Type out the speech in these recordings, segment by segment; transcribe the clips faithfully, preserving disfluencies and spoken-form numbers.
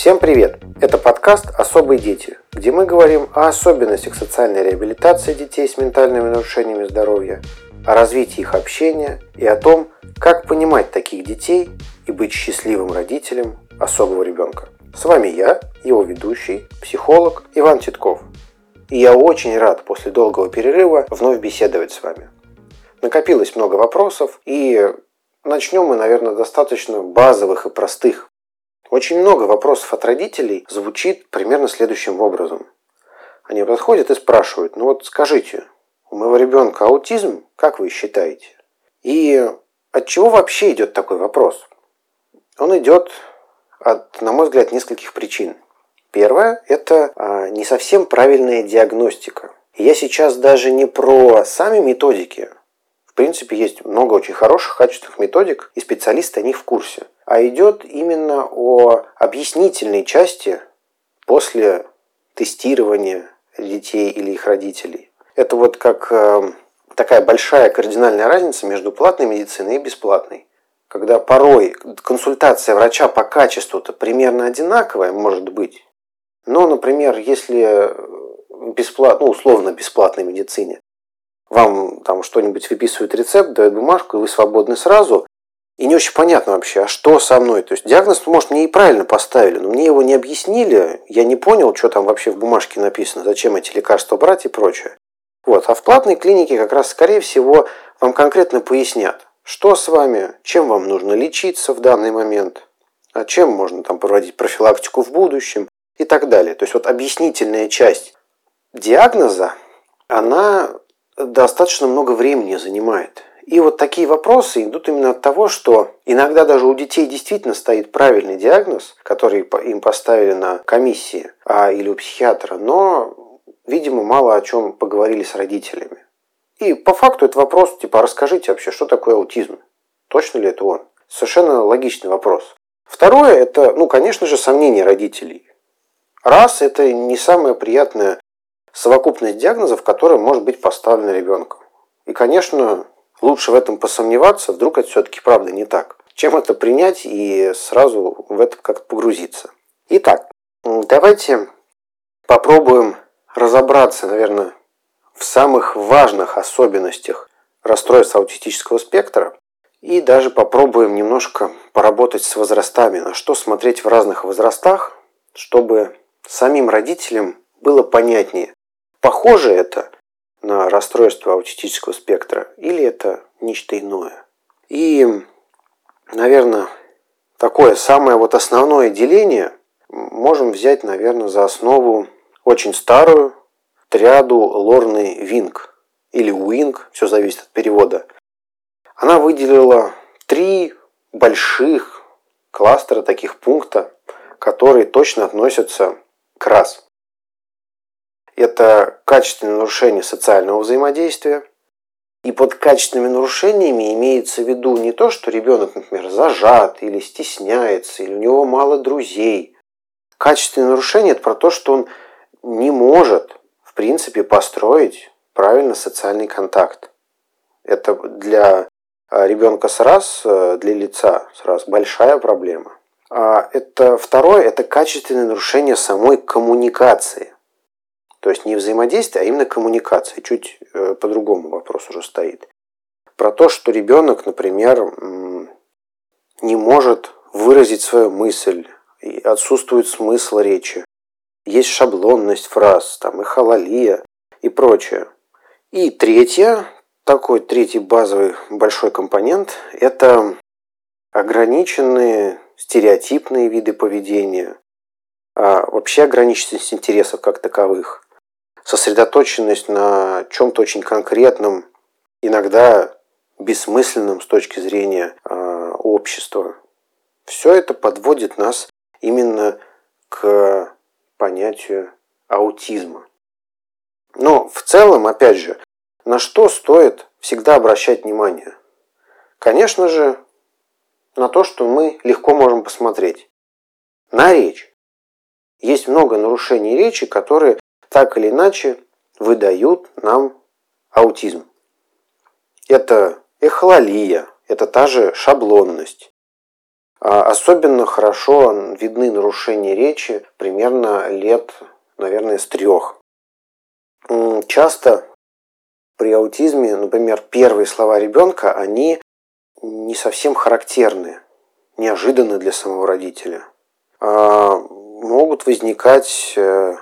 Всем привет! Это подкаст «Особые дети», где мы говорим о особенностях социальной реабилитации детей с ментальными нарушениями здоровья, о развитии их общения и о том, как понимать таких детей и быть счастливым родителем особого ребенка. С вами я, его ведущий, психолог Иван Титков. И я очень рад после долгого перерыва вновь беседовать с вами. Накопилось много вопросов, и начнем мы, наверное, достаточно базовых и простых. Очень много вопросов от родителей звучит примерно следующим образом. Они подходят и спрашивают: ну вот скажите, у моего ребенка аутизм, как вы считаете? И от чего вообще идет такой вопрос? Он идет от, на мой взгляд, нескольких причин. Первое – это а, не совсем правильная диагностика. И я сейчас даже не про сами методики. В принципе, есть много очень хороших, качественных методик, и специалисты о них в курсе. А идет именно о объяснительной части после тестирования детей или их родителей. Это вот как э, такая большая кардинальная разница между платной медициной и бесплатной. Когда порой консультация врача по качеству-то примерно одинаковая может быть. Но, например, если бесплатно, ну, условно бесплатной медицине вам там что-нибудь выписывают рецепт, дают бумажку, и вы свободны сразу, и не очень понятно вообще, а что со мной. То есть диагноз, может, мне и правильно поставили, но мне его не объяснили, я не понял, что там вообще в бумажке написано, зачем эти лекарства брать и прочее. Вот. А в платной клинике как раз, скорее всего, вам конкретно пояснят, что с вами, чем вам нужно лечиться в данный момент, а чем можно там проводить профилактику в будущем и так далее. То есть вот объяснительная часть диагноза, она достаточно много времени занимает. И вот такие вопросы идут именно от того, что иногда даже у детей действительно стоит правильный диагноз, который им поставили на комиссии а, или у психиатра, но, видимо, мало о чем поговорили с родителями. И по факту это вопрос, типа, расскажите вообще, что такое аутизм? Точно ли это он? Совершенно логичный вопрос. Второе, это, ну, конечно же, сомнения родителей. Раз, это не самая приятная совокупность диагнозов, которая может быть поставлена ребенку. И, конечно, лучше в этом посомневаться, вдруг это все-таки правда не так, чем это принять и сразу в это как-то погрузиться. Итак, давайте попробуем разобраться, наверное, в самых важных особенностях расстройства аутистического спектра и даже попробуем немножко поработать с возрастами, на что смотреть в разных возрастах, чтобы самим родителям было понятнее, похоже это на расстройство аутистического спектра или это нечто иное. И, наверное, такое самое вот основное деление можем взять, наверное, за основу очень старую триаду Лорны-Винг или Уинг, все зависит от перевода. Она выделила три больших кластера, таких пункта, которые точно относятся к раз. Это качественное нарушение социального взаимодействия. И под качественными нарушениями имеется в виду не то, что ребенок, например, зажат или стесняется, или у него мало друзей. Качественное нарушение – это про то, что он не может, в принципе, построить правильно социальный контакт. Это для ребенка с раз, для лица с раз большая проблема. А это второе – это качественное нарушение самой коммуникации. То есть не взаимодействие, а именно коммуникация. Чуть э, по-другому вопрос уже стоит. Про то, что ребенок, например, м- не может выразить свою мысль, и отсутствует смысл речи. Есть шаблонность фраз, там, эхололия и прочее. И третье, такой третий базовый большой компонент, это ограниченные стереотипные виды поведения, а вообще ограниченность интересов как таковых. Сосредоточенность на чем-то очень конкретном, иногда бессмысленном с точки зрения э, общества. Все это подводит нас именно к понятию аутизма. Но в целом, опять же, на что стоит всегда обращать внимание? Конечно же, на то, что мы легко можем посмотреть. На речь. Есть много нарушений речи, которые так или иначе выдают нам аутизм. Это эхололия, это та же шаблонность, Особенно хорошо видны нарушения речи примерно лет, наверное, с трех. Часто при аутизме, например, первые слова ребенка, они не совсем характерны, неожиданны для самого родителя. Могут возникать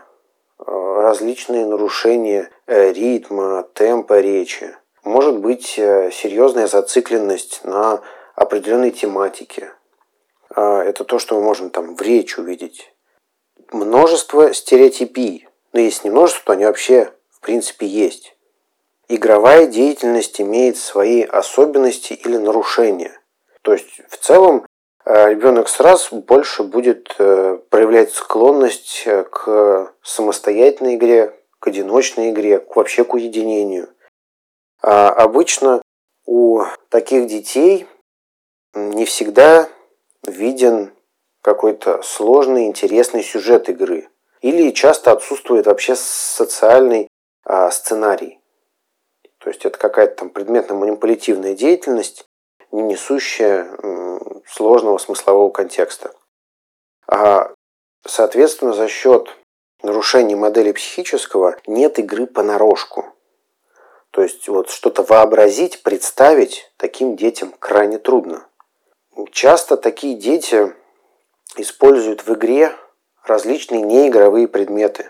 различные нарушения ритма, темпа речи. Может быть серьезная зацикленность на определенной тематике. Это то, что мы можем там в речи увидеть. Множество стереотипий. Но если не множество, то они вообще в принципе есть. Игровая деятельность имеет свои особенности или нарушения. То есть в целом ребенок сразу больше будет проявлять склонность к самостоятельной игре, к одиночной игре, вообще к уединению. А обычно у таких детей не всегда виден какой-то сложный, интересный сюжет игры. Или часто отсутствует вообще социальный а, сценарий. То есть это какая-то там предметно-манипулятивная деятельность, не несущая м, сложного смыслового контекста. А, соответственно, за счет нарушения модели психического нет игры понарошку. То есть вот что-то вообразить, представить таким детям крайне трудно. Часто такие дети используют в игре различные неигровые предметы.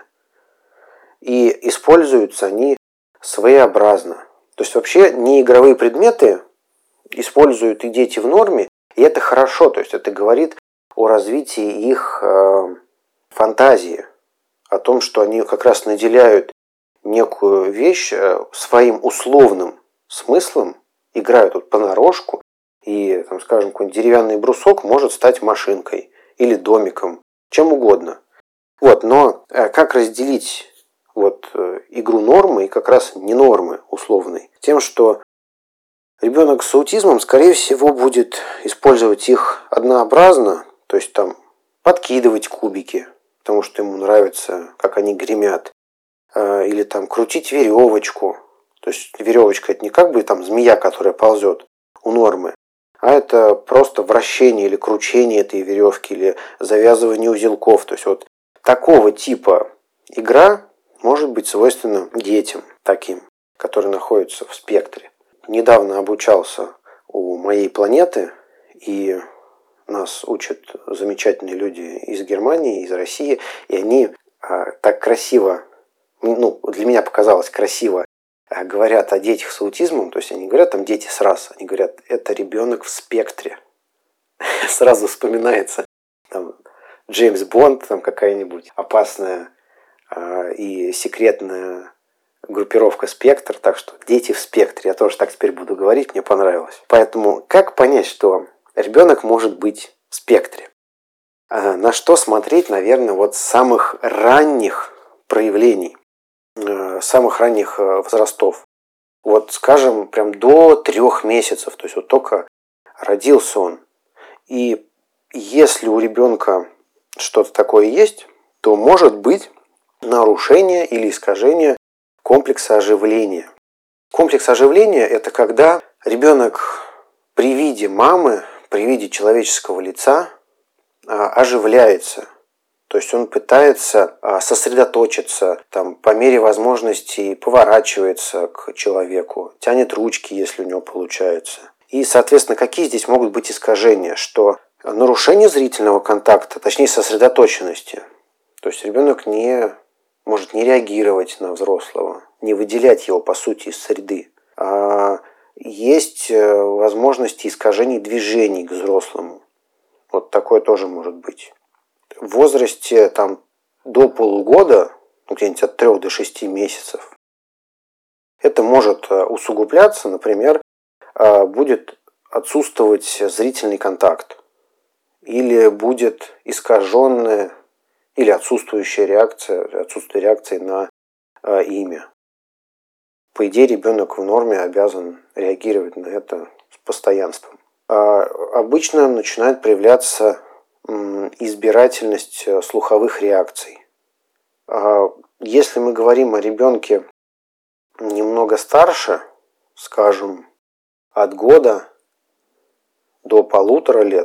И используются они своеобразно. То есть вообще неигровые предметы используют и дети в норме, и это хорошо. То есть это говорит о развитии их э, фантазии, о том, что они как раз наделяют некую вещь э, своим условным смыслом, играют вот понарошку, и, там, скажем, какой-нибудь деревянный брусок может стать машинкой или домиком, чем угодно. Вот, но э, как разделить вот, э, игру нормы и как раз не нормы условной? Тем, что ребенок с аутизмом, скорее всего, будет использовать их однообразно, то есть там подкидывать кубики, потому что ему нравится, как они гремят, э, или там крутить веревочку. То есть веревочка это не как бы там змея, которая ползет у нормы, а это просто вращение или кручение этой веревки, или завязывание узелков. То есть вот такого типа игра может быть свойственна детям таким, которые находятся в спектре. Недавно обучался у моей планеты, и нас учат замечательные люди из Германии, из России, и они а, так красиво, ну, для меня показалось красиво, говорят о детях с аутизмом, то есть они говорят там дети с рас, они говорят, это ребенок в спектре. Сразу вспоминается там, Джеймс Бонд, там какая-нибудь опасная э, и секретная группировка «Спектр», так что дети в спектре, я тоже так теперь буду говорить, мне понравилось. Поэтому как понять, что ребенок может быть в спектре? А, на что смотреть, наверное, вот с самых ранних проявлений, самых ранних возрастов. Вот, скажем, прям до трех месяцев, то есть вот только родился он. И если у ребенка что-то такое есть, то может быть нарушение или искажение комплекса оживления. Комплекс оживления – это когда ребенок при виде мамы, при виде человеческого лица оживляется. То есть он пытается сосредоточиться, там, по мере возможностей поворачивается к человеку, тянет ручки, если у него получается. И, соответственно, какие здесь могут быть искажения? Что нарушение зрительного контакта, точнее сосредоточенности. То есть ребенок не может не реагировать на взрослого, не выделять его, по сути, из среды. А есть возможности искажений движений к взрослому. Вот такое тоже может быть. В возрасте там, до полугода, ну, где-нибудь от трех до шести месяцев, это может усугубляться, например, будет отсутствовать зрительный контакт, или будет искаженная или отсутствующая реакция, отсутствие реакции на имя. По идее, ребенок в норме обязан реагировать на это с постоянством. А обычно начинает проявляться избирательность слуховых реакций. Если мы говорим о ребенке немного старше, скажем, от года до полутора лет,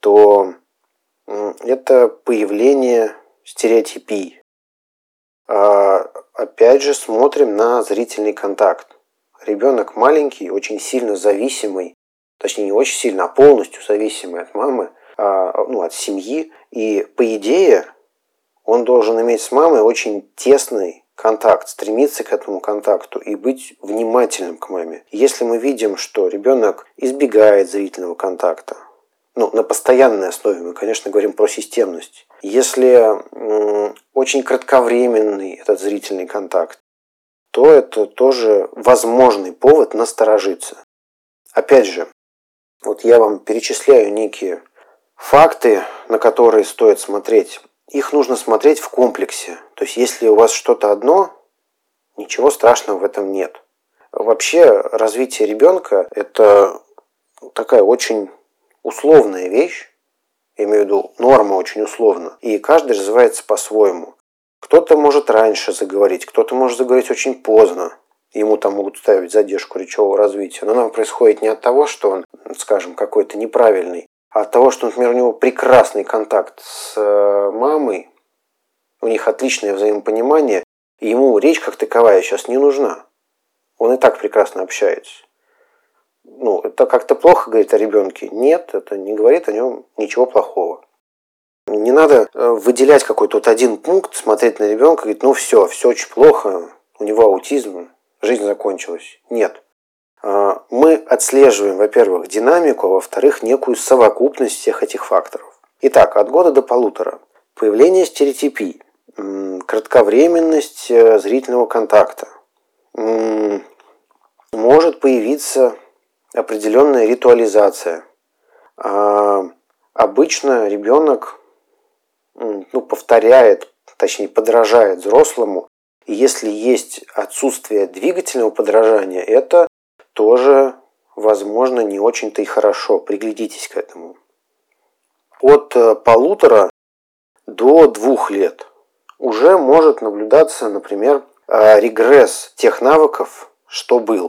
то это появление стереотипий. А опять же смотрим на зрительный контакт. Ребенок маленький, очень сильно зависимый, точнее не очень сильно, а полностью зависимый от мамы, ну, от семьи. И по идее он должен иметь с мамой очень тесный контакт, стремиться к этому контакту и быть внимательным к маме. Если мы видим, что ребенок избегает зрительного контакта, ну, на постоянной основе, мы, конечно, говорим про системность. Если м, очень кратковременный этот зрительный контакт, то это тоже возможный повод насторожиться. Опять же, вот я вам перечисляю некие факты, на которые стоит смотреть. Их нужно смотреть в комплексе. То есть, если у вас что-то одно, ничего страшного в этом нет. Вообще, развитие ребенка – это такая очень условная вещь. Я имею в виду, норма очень условна. И каждый развивается по-своему. Кто-то может раньше заговорить, кто-то может заговорить очень поздно. Ему там могут ставить задержку речевого развития. Но она происходит не от того, что он, скажем, какой-то неправильный, а от того, что, например, у него прекрасный контакт с мамой, у них отличное взаимопонимание, и ему речь как таковая сейчас не нужна. Он и так прекрасно общается. Ну, это как-то плохо говорит о ребенке? Нет, это не говорит о нем ничего плохого. Не надо выделять какой-то вот один пункт, смотреть на ребенка и говорить, ну все, все очень плохо, у него аутизм, жизнь закончилась. Нет. Мы отслеживаем, во-первых, динамику, а во-вторых, некую совокупность всех этих факторов. Итак, от года до полутора. Появление стереотипий, кратковременность зрительного контакта. Может появиться определенная ритуализация. Обычно ребенок ну, повторяет, точнее подражает взрослому. И если есть отсутствие двигательного подражания, это тоже, возможно, не очень-то и хорошо. Приглядитесь к этому. От полутора до двух лет уже может наблюдаться, например, регресс тех навыков, что был.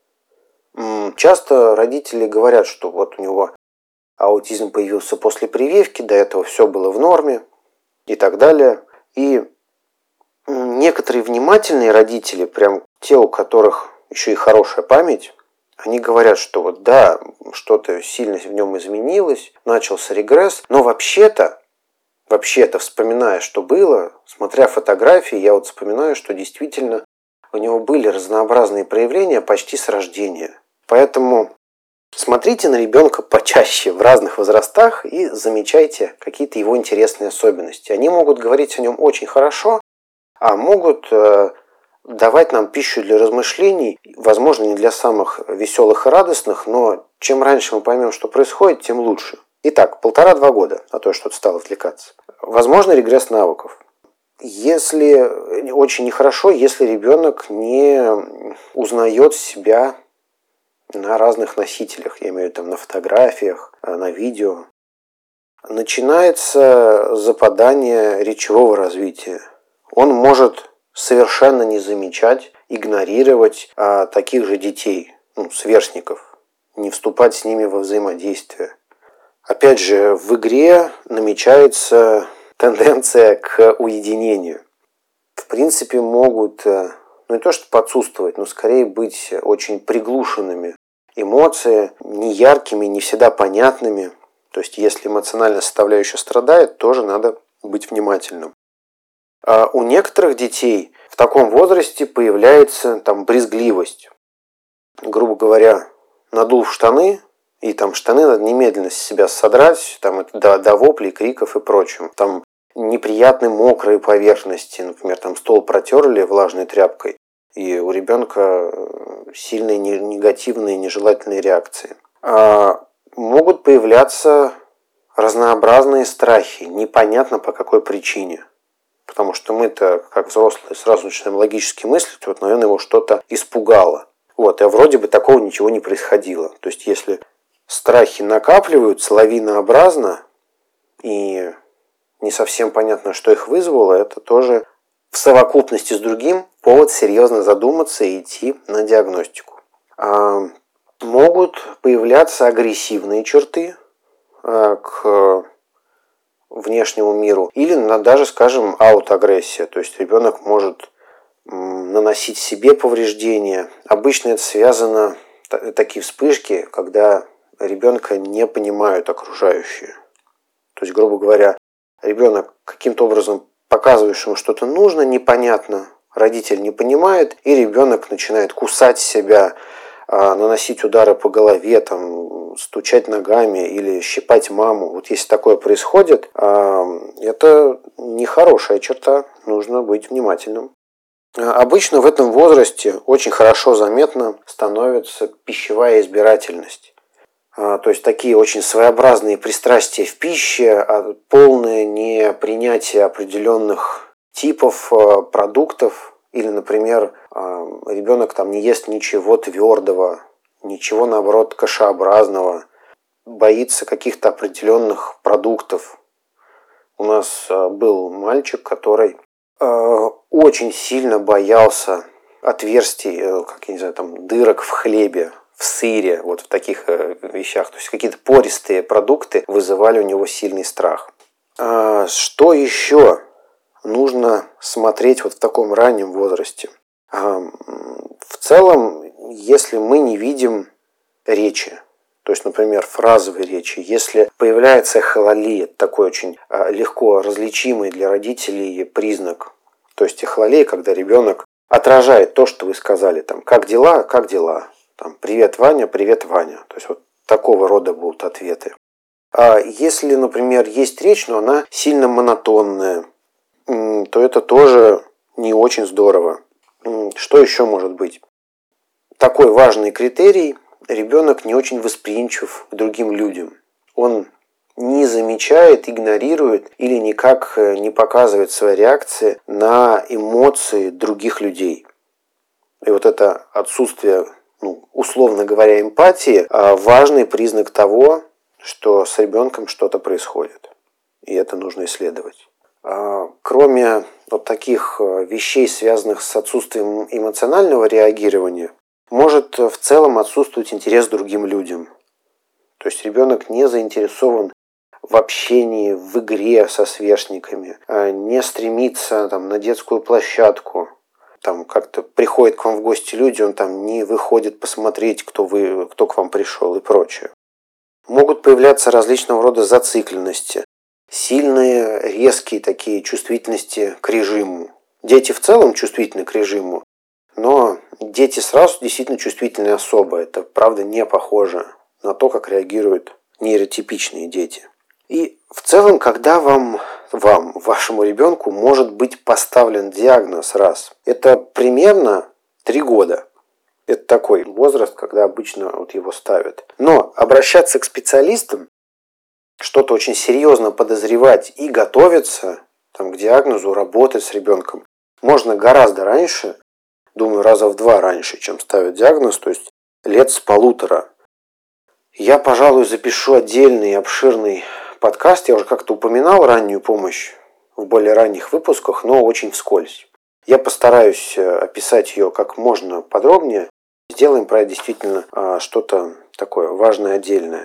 Часто родители говорят, что вот у него аутизм появился после прививки, до этого все было в норме и так далее. И некоторые внимательные родители, прям те, у которых еще и хорошая память, они говорят, что вот да, что-то сильно в нем изменилось, начался регресс, но вообще-то, вообще-то, вспоминая, что было, смотря фотографии, я вот вспоминаю, что действительно у него были разнообразные проявления почти с рождения. Поэтому смотрите на ребенка почаще в разных возрастах и замечайте какие-то его интересные особенности. Они могут говорить о нем очень хорошо, а могут э, давать нам пищу для размышлений, возможно, не для самых веселых и радостных, но чем раньше мы поймем, что происходит, тем лучше. Итак, полтора-два года, а то что-то стало отвлекаться. Возможно, регресс навыков. Если очень нехорошо, если ребенок не узнает себя на разных носителях, я имею в виду там, на фотографиях, на видео. Начинается западание речевого развития. Он может совершенно не замечать, игнорировать а, таких же детей, ну, сверстников, не вступать с ними во взаимодействие. Опять же, в игре намечается тенденция к уединению. В принципе, могут, ну не то что подсутствовать, но скорее быть очень приглушенными эмоции, не яркими, не всегда понятными. То есть, если эмоциональная составляющая страдает, тоже надо быть внимательным. А у некоторых детей в таком возрасте появляется там брезгливость. Грубо говоря, надул в штаны, и там штаны надо немедленно с себя содрать, там это до, до воплей, криков и прочего. Там неприятные мокрые поверхности, например, там стол протерли влажной тряпкой, и у ребенка сильные негативные нежелательные реакции. А могут появляться разнообразные страхи, непонятно по какой причине. Потому что мы-то, как взрослые, сразу начинаем логически мыслить, вот, наверное, его что-то испугало. Вот, а вроде бы такого ничего не происходило. То есть, если страхи накапливаются лавинообразно, и не совсем понятно, что их вызвало, это тоже в совокупности с другим повод серьезно задуматься и идти на диагностику. А могут появляться агрессивные черты, к внешнему миру, или даже, скажем, аутоагрессия, то есть ребенок может наносить себе повреждения. Обычно это связано, такие вспышки, когда ребенка не понимают окружающие. То есть, грубо говоря, ребенок каким-то образом показывает, что ему что-то нужно, непонятно, родитель не понимает, и ребенок начинает кусать себя, наносить удары по голове, там, стучать ногами или щипать маму. Вот если такое происходит, это нехорошая черта, нужно быть внимательным. Обычно в этом возрасте очень хорошо заметно становится пищевая избирательность. То есть такие очень своеобразные пристрастия в пище, полное непринятие определенных типов продуктов. Или, например, ребенок там не ест ничего твердого, ничего, наоборот, кашеобразного, боится каких-то определенных продуктов. У нас был мальчик, который очень сильно боялся отверстий, как я не знаю, там, дырок в хлебе, в сыре, вот в таких вещах. То есть какие-то пористые продукты вызывали у него сильный страх. Что еще нужно смотреть вот в таком раннем возрасте? В целом, если мы не видим речи, то есть, например, фразовой речи, если появляется эхололия, такой очень легко различимый для родителей признак, то есть эхололия, когда ребенок отражает то, что вы сказали, там, как дела, как дела, там, привет, Ваня, привет, Ваня, то есть вот такого рода будут ответы. А если, например, есть речь, но она сильно монотонная, то это тоже не очень здорово. Что еще может быть? Такой важный критерий – ребенок не очень восприимчив к другим людям. Он не замечает, игнорирует или никак не показывает свои реакции на эмоции других людей. И вот это отсутствие, ну, условно говоря, эмпатии – важный признак того, что с ребенком что-то происходит. И это нужно исследовать. Кроме вот таких вещей, связанных с отсутствием эмоционального реагирования, может в целом отсутствовать интерес к другим людям. То есть ребенок не заинтересован в общении, в игре со сверстниками, не стремится там, на детскую площадку. Там как-то приходят к вам в гости люди, он там не выходит посмотреть, кто, вы, кто к вам пришел и прочее. Могут появляться различного рода зацикленности. Сильные, резкие такие чувствительности к режиму. Дети в целом чувствительны к режиму, но дети сразу действительно чувствительны особо. Это, правда, не похоже на то, как реагируют нейротипичные дети. И в целом, когда вам, вам, вашему ребенку может быть поставлен диагноз раз, это примерно три года. Это такой возраст, когда обычно вот его ставят. Но обращаться к специалистам, что-то очень серьезно подозревать и готовиться там, к диагнозу, работать с ребенком можно гораздо раньше, думаю, раза в два раньше, чем ставят диагноз, то есть лет с полутора. Я, пожалуй, запишу отдельный обширный подкаст, я уже как-то упоминал раннюю помощь в более ранних выпусках, но очень вскользь. Я постараюсь описать ее как можно подробнее, сделаем про это действительно что-то такое важное, отдельное.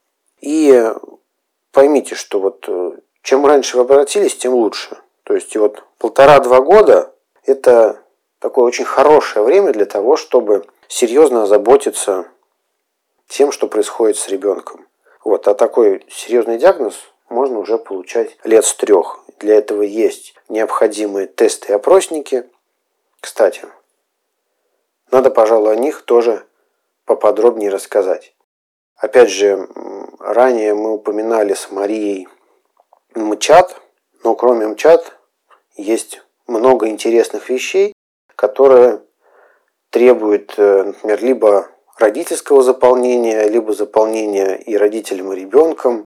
И поймите, что вот чем раньше вы обратились, тем лучше. То есть вот полтора-два года – это такое очень хорошее время для того, чтобы серьезно озаботиться тем, что происходит с ребенком. Вот, а такой серьезный диагноз можно уже получать лет с трех. Для этого есть необходимые тесты и опросники. Кстати, надо, пожалуй, о них тоже поподробнее рассказать. Опять же, ранее мы упоминали с Марией МЧАТ, но кроме МЧАТ есть много интересных вещей, которые требуют, например, либо родительского заполнения, либо заполнения и родителям, и ребенком.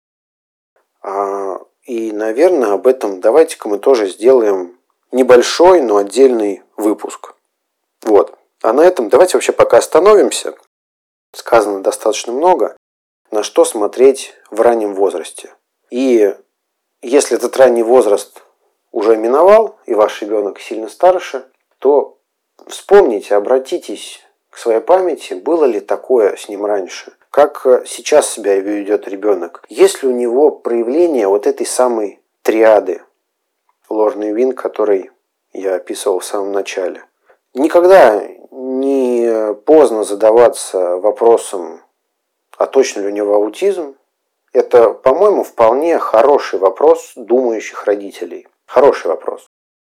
И, наверное, об этом давайте-ка мы тоже сделаем небольшой, но отдельный выпуск. Вот. А на этом давайте вообще пока остановимся. Сказано достаточно много. На что смотреть в раннем возрасте. И если этот ранний возраст уже миновал, и ваш ребенок сильно старше, то вспомните, обратитесь к своей памяти, было ли такое с ним раньше. как сейчас себя ведет ребенок. Есть ли у него проявление вот этой самой триады ложный вин, который я описывал в самом начале. Никогда не поздно задаваться вопросом, а точно ли у него аутизм. Это, по-моему, вполне хороший вопрос думающих родителей. Хороший вопрос.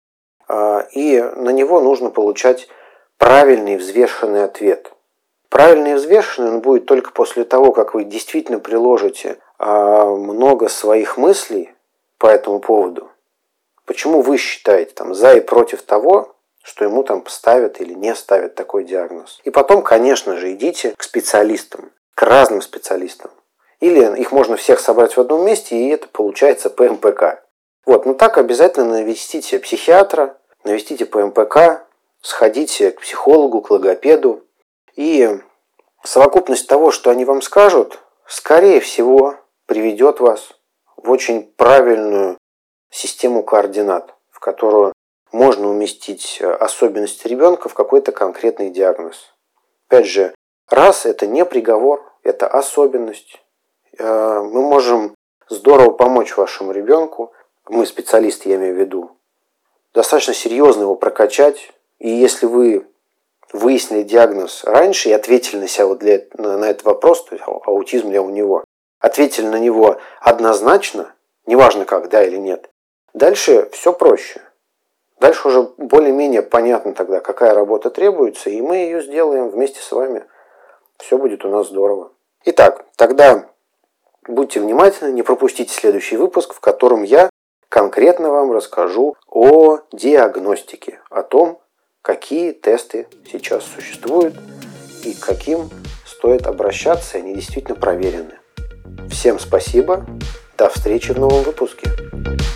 И на него нужно получать правильный взвешенный ответ. Правильный и взвешенный он будет только после того, как вы действительно приложите много своих мыслей по этому поводу. Почему вы считаете там, за и против того, что ему там ставят или не ставят такой диагноз. И потом, конечно же, идите к специалистам, к разным специалистам. Или их можно всех собрать в одном месте, и это получается Пэ Эм Пэ Ка. Вот, но так обязательно навестите психиатра, навестите Пэ Эм Пэ Ка, сходите к психологу, к логопеду. И совокупность того, что они вам скажут, скорее всего, приведет вас в очень правильную систему координат, в которую можно уместить особенности ребенка в какой-то конкретный диагноз. Опять же, раз это не приговор, это особенность. Мы можем здорово помочь вашему ребенку, мы специалисты, я имею в виду, достаточно серьезно его прокачать. И если вы выяснили диагноз раньше и ответили на себя вот для, на, на этот вопрос, то есть аутизм ли у него, ответили на него однозначно, неважно как, да или нет, дальше все проще. Дальше уже более-менее понятно тогда, какая работа требуется, и мы ее сделаем вместе с вами. Все будет у нас здорово. Итак, тогда будьте внимательны, не пропустите следующий выпуск, в котором я конкретно вам расскажу о диагностике, о том, какие тесты сейчас существуют и к каким стоит обращаться, и они действительно проверены. Всем спасибо, до встречи в новом выпуске.